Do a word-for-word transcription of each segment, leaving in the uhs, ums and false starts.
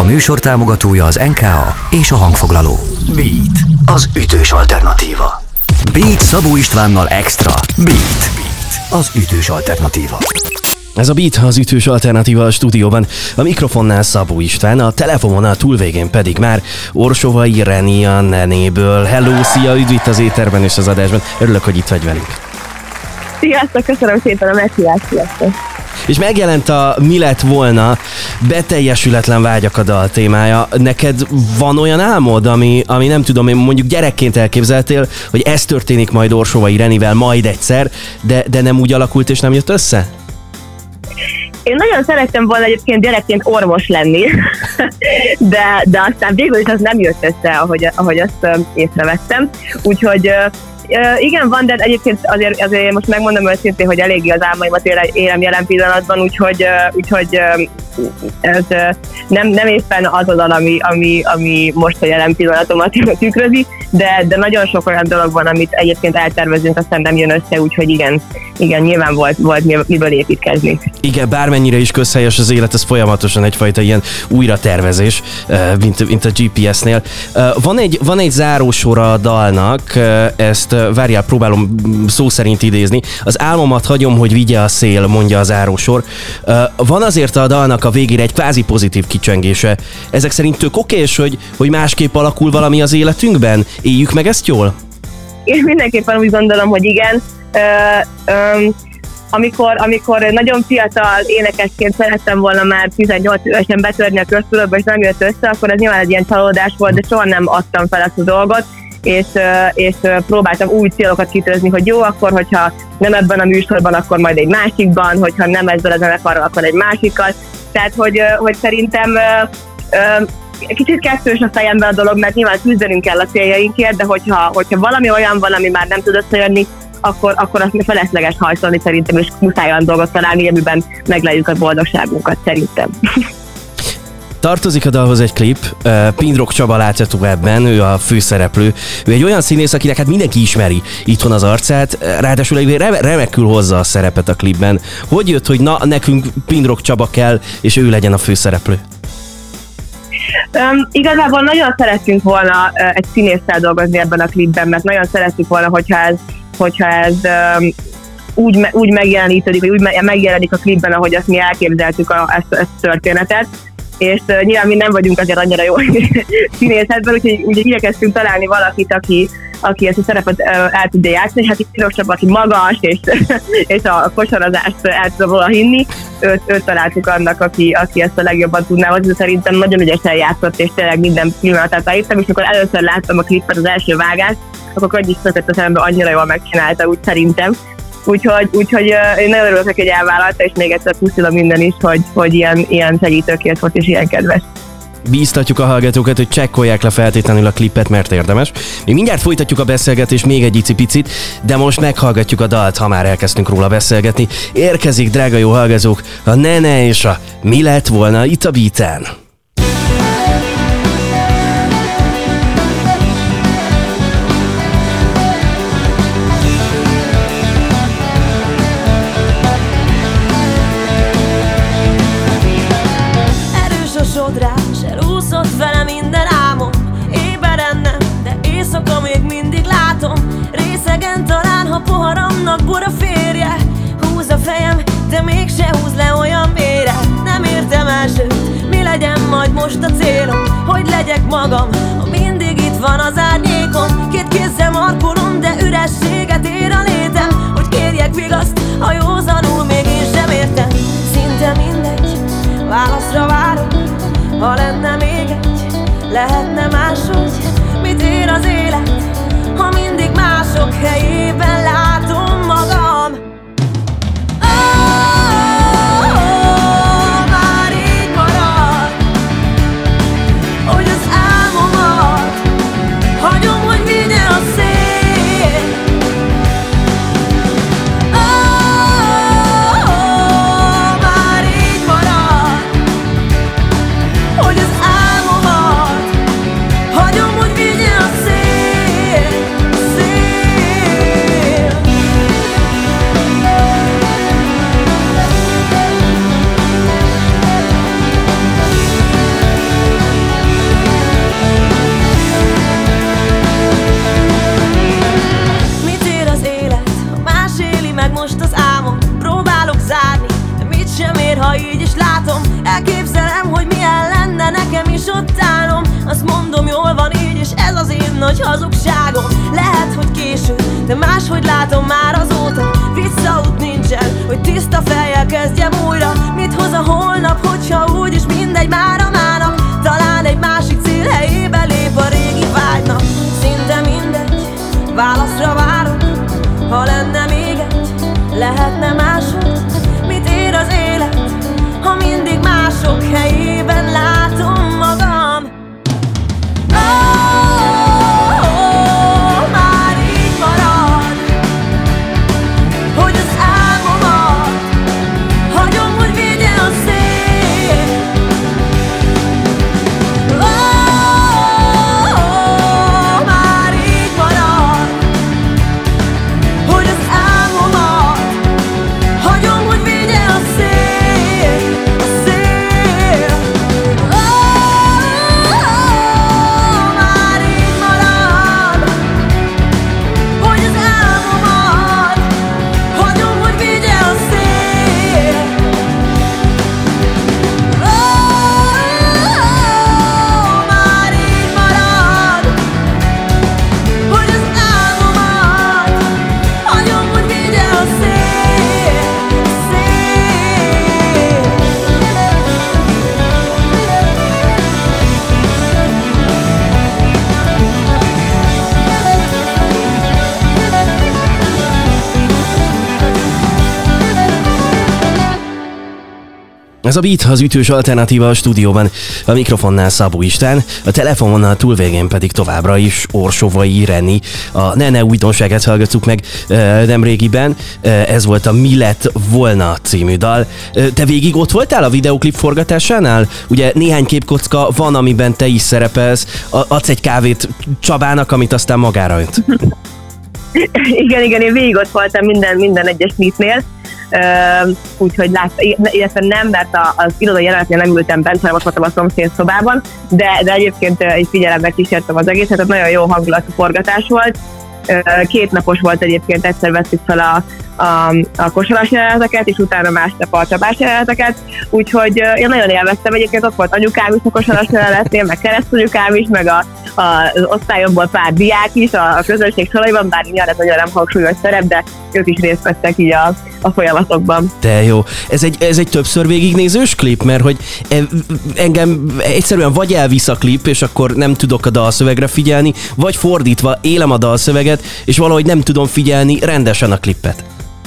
műsor támogatója az en ká á és a hangfoglaló. Beat, az ütős alternatíva. Beat Szabó Istvánnal extra. Beat, az ütős alternatíva. Ez a Beat, az ütős alternatíva a stúdióban. A mikrofonnál Szabó István, a telefonon a túlvégén pedig már Orsovai Reni a Nenéből. Hello, szia, üdv itt az éterben és az adásban. Örülök, hogy itt vagy velünk. Sziasztok, köszönöm szépen a meghívást, sziasztok. És megjelent a Mi lett volna beteljesületlen vágyak a dal témája. Neked van olyan álmod, ami, ami nem tudom, én mondjuk gyerekként elképzeltél, hogy ez történik majd Orsovai Renivel majd egyszer, de, de nem úgy alakult és nem jött össze? Én nagyon szerettem volna egyébként gyerekként orvos lenni, de, de aztán végül is az nem jött össze, ahogy, ahogy azt észrevettem. Úgyhogy igen, van, de egyébként azért, azért most megmondom őszintén, hogy eléggé az álmaimat élem jelen pillanatban, úgyhogy, úgyhogy ez nem, nem éppen az az, ami, ami, ami most a jelen pillanatomat tükrözi, de, de nagyon sok olyan dolog van, amit egyébként eltervezünk, aztán nem jön össze, úgyhogy igen, igen nyilván volt, volt miből építkezni. Igen, bármennyire is közhelyes az élet, ez folyamatosan egyfajta ilyen újratervezés, mint, mint a gé pé es-nél. Van egy, van egy zárósora a dalnak, ezt várjál, próbálom szó szerint idézni. Az álmomat hagyom, hogy vigye a szél, mondja a zárósor. Van azért a dalnak a végére egy kvázi pozitív kicsengése. Ezek szerint tök okés, hogy, hogy másképp alakul valami az életünkben? Éljük meg ezt jól? Én mindenképpen úgy gondolom, hogy igen. Ö, ö, amikor, amikor nagyon fiatal énekesként szerettem volna már tizennyolc évesen betörni a köztudatba, és nem jött össze, akkor ez nyilván egy ilyen csalódás volt, de soha nem adtam fel ezt a dolgot, és, és próbáltam új célokat kitűzni, hogy jó, akkor, hogyha nem ebben a műsorban, akkor majd egy másikban, hogyha nem ezzel a zenekarral, akkor egy másikkal. Tehát, hogy, hogy szerintem kicsit kettős a fejemben a dolog, mert nyilván küzdenünk kell a céljainkért, de hogyha, hogyha valami olyan van, ami már nem tud összejönni, akkor, akkor azt felesleges hajszolni szerintem, és muszáj olyan dolgot találni, amiben megleljük a boldogságunkat szerintem. Tartozik a dalhoz egy klip, Pindrok Csaba látható ebben, ő a főszereplő. Ő egy olyan színész, akinek hát mindenki ismeri itthon az arcát, ráadásul egy remekül hozza a szerepet a klipben. Hogy jött, hogy na, nekünk Pindrok Csaba kell, és ő legyen a főszereplő? Um, igazából nagyon szerettünk volna uh, egy színésszel dolgozni ebben a klipben, mert nagyon szerettük volna, hogyha ez, hogyha ez um, úgy, me, úgy megjelenítődik, vagy úgy me, megjelenik a klipben, ahogy azt mi elképzeltük a, ezt, ezt a történetet. És uh, nyilván mi nem vagyunk azért annyira jó színészetben, úgyhogy, úgyhogy igyekeztünk találni valakit, aki, aki ezt a szerepet uh, el tudja játszani. Hát itt Pindrok Csaba, aki magas, és, és a kosarazást el tudja volna hinni. Őt, őt találtuk annak, aki, aki ezt a legjobban tudná hozni. Szerintem nagyon ügyesen játszott, és tényleg minden pillanatát elírtam, és amikor először láttam a klipet, az első vágást, akkor könnyű szökött a szemembe, annyira jól megcsinálta, úgy szerintem. Úgyhogy, úgyhogy én nagyon örülök, hogy elvállalta, és még egyszer puszilom minden is, hogy, hogy ilyen, ilyen segítőkész volt, és ilyen kedves. Bíztatjuk a hallgatókat, hogy csekkolják le feltétlenül a klipet, mert érdemes. Mi mindjárt folytatjuk a beszélgetést még egy icipicit, de most meghallgatjuk a dalt, ha már elkezdtünk róla beszélgetni. Érkezik, drága jó hallgatók, a Nene és a Mi lett volna itt a Beaten. Elúszott vele minden álmom, éberen nem, de éjszaka még mindig látom. Részegen talán, ha poharamnak bor a férje. Húz a fejem, de mégse húz le olyan mélyre. Nem értem el sőt, mi legyen majd most a célom. Hogy legyek magam, ha mindig itt van az árnyékom. Két kézzel markolom, de ürességet ér a létem. Hogy kérjek vigaszt, ha józanul még én sem értem. Szinte mindegy, válaszra várok. Ha lenne még egy, lehetne máshogy. Mit ér az élet, ha mindig mások helyében látom magam? Oh, már így marad, hogy az álmomat hagyom, hogy vigye a szél. Oh, már így marad, hogy az álmomat hagyom, hogy vigye a szél, szél. és ez az én nagy hazugságom. Lehet, hogy késő, de máshogy látom már azóta. Visszaút nincsen, hogy tiszta fejjel kezdjem újra. Mit hoz a holnap, hogyha úgyis mindegy már a mának. Talán egy másik cél helyébe lép a régi vágynak. Szinte mindegy, válaszra várok. Ha lenne még egy, lehetne másod. Mit ér az élet, ha mindig mások helyében látom magam? Oh, oh, már így marad, hogy az álmomat hagyom, hogy vigye a szél. Oh, oh, már így marad, hogy az álmomat hagyom, hogy vigye a szél, a szél. Oh, oh, már így marad, hogy az álmomat hagyom, hogy vigye a szél. Oh, oh, már így marad, hogy az álmomat hagyom, hogy vigye a szél, szél. Ez a Beat, az ütős alternatíva a stúdióban, a mikrofonnál Szabó István, a telefonvonal túlvégén pedig továbbra is Orsovai Reni. A Ne Ne újdonságát hallgattuk meg e, nemrégiben, e, ez volt a Mi lett volna című dal. E, te végig ott voltál a videoklip forgatásánál? Ugye néhány képkocka van, amiben te is szerepelsz, a, adsz egy kávét Csabának, amit aztán magára önt. Igen, igen, én végig ott voltam minden, minden egyes klipnél. Uh, úgyhogy lát, illetve nem, mert a, az irodai jelenetnél nem ültem bent, hanem ott voltam a szomszéd szobában, de, de egyébként uh, egy figyelemmel kísértem az egészet, tehát nagyon jó hangulatú forgatás volt. Uh, két napos volt egyébként, egyszer vettük fel a, a, a kosaras jeleneteket, és utána másnap a Csabás jeleneteket, úgyhogy uh, én nagyon élveztem, egyébként ott volt anyukám is a kosaras jelenetnél, meg keresztanyukám is, meg a, a, az osztályomból pár diák is, a, a közönség soraiban, bár nyilván ez nagyon nem hangsúlyos szerep, de ők is részt vettek így a, a folyamatokban. De jó. Ez egy, ez egy többször végignézős klip, mert hogy engem egyszerűen vagy elvisz a klip, és akkor nem tudok a dalszövegre figyelni, vagy fordítva élem a dalszöveget, és valahogy nem tudom figyelni rendesen a klippet.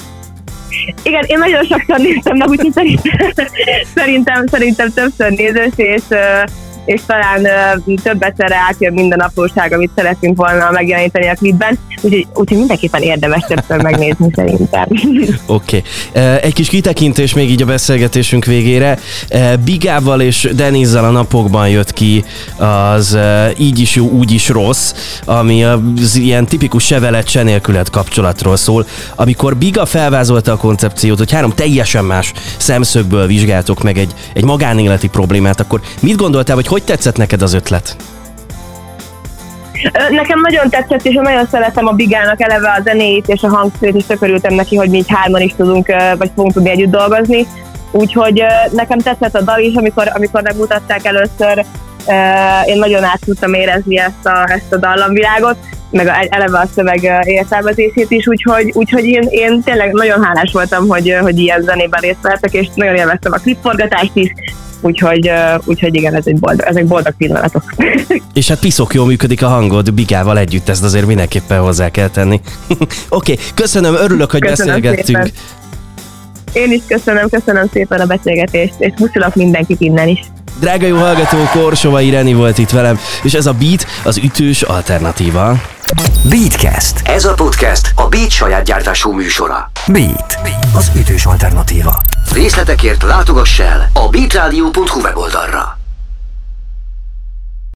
Igen, én nagyon sokszor néztem meg, úgyhogy szerintem, szerintem, szerintem többször nézős, és, és talán több egyszerre átjön minden apróság, amit szeretünk volna megjeleníteni a klipben, úgyhogy, úgyhogy mindenképpen érdemes többször megnézni szerintem. Oké. Okay. Egy kis kitekintés még így a beszélgetésünk végére. Bigával és Denizzal a napokban jött ki az Így is jó, úgy is rossz, ami az ilyen tipikus se veled, se nélküled kapcsolatról szól. Amikor Biga felvázolta a koncepciót, hogy három teljesen más szemszögből vizsgáltok meg egy, egy magánéleti problémát, akkor mit gondoltál, hogy hogy tetszett neked az ötlet? Nekem nagyon tetszett, és nagyon szeretem a Bigának eleve a zenéit és a hangszert, és tök örültem neki, hogy mi így hárman is tudunk, vagy fogunk tudni együtt dolgozni. Úgyhogy nekem tetszett a dal is, amikor, amikor megmutatták először, én nagyon át tudtam érezni ezt a, ezt a dallamvilágot, meg eleve a szöveg értelmezését is, úgyhogy, úgyhogy én, én tényleg nagyon hálás voltam, hogy, hogy ilyen zenében részt vettek, és nagyon élveztem a klipforgatást is, úgyhogy, úgyhogy igen, ez egy boldog, ezek boldog pillanatok. És hát piszok jól működik a hangod Bigával együtt, ezt azért mindenképpen hozzá kell tenni. Oké, okay, köszönöm, örülök, hogy köszönöm beszélgettünk. Szépen. Én is köszönöm, köszönöm szépen a beszélgetést, és buszilak mindenkit innen is. Drága jó hallgatók, Orsovai Reni volt itt velem, és ez a Beat, az ütős alternatíva. Beatcast. Ez a podcast a Beat saját gyártású műsora. Beat, az ütős alternatíva. Részletekért látogass el a beatradio pont hu weboldalra.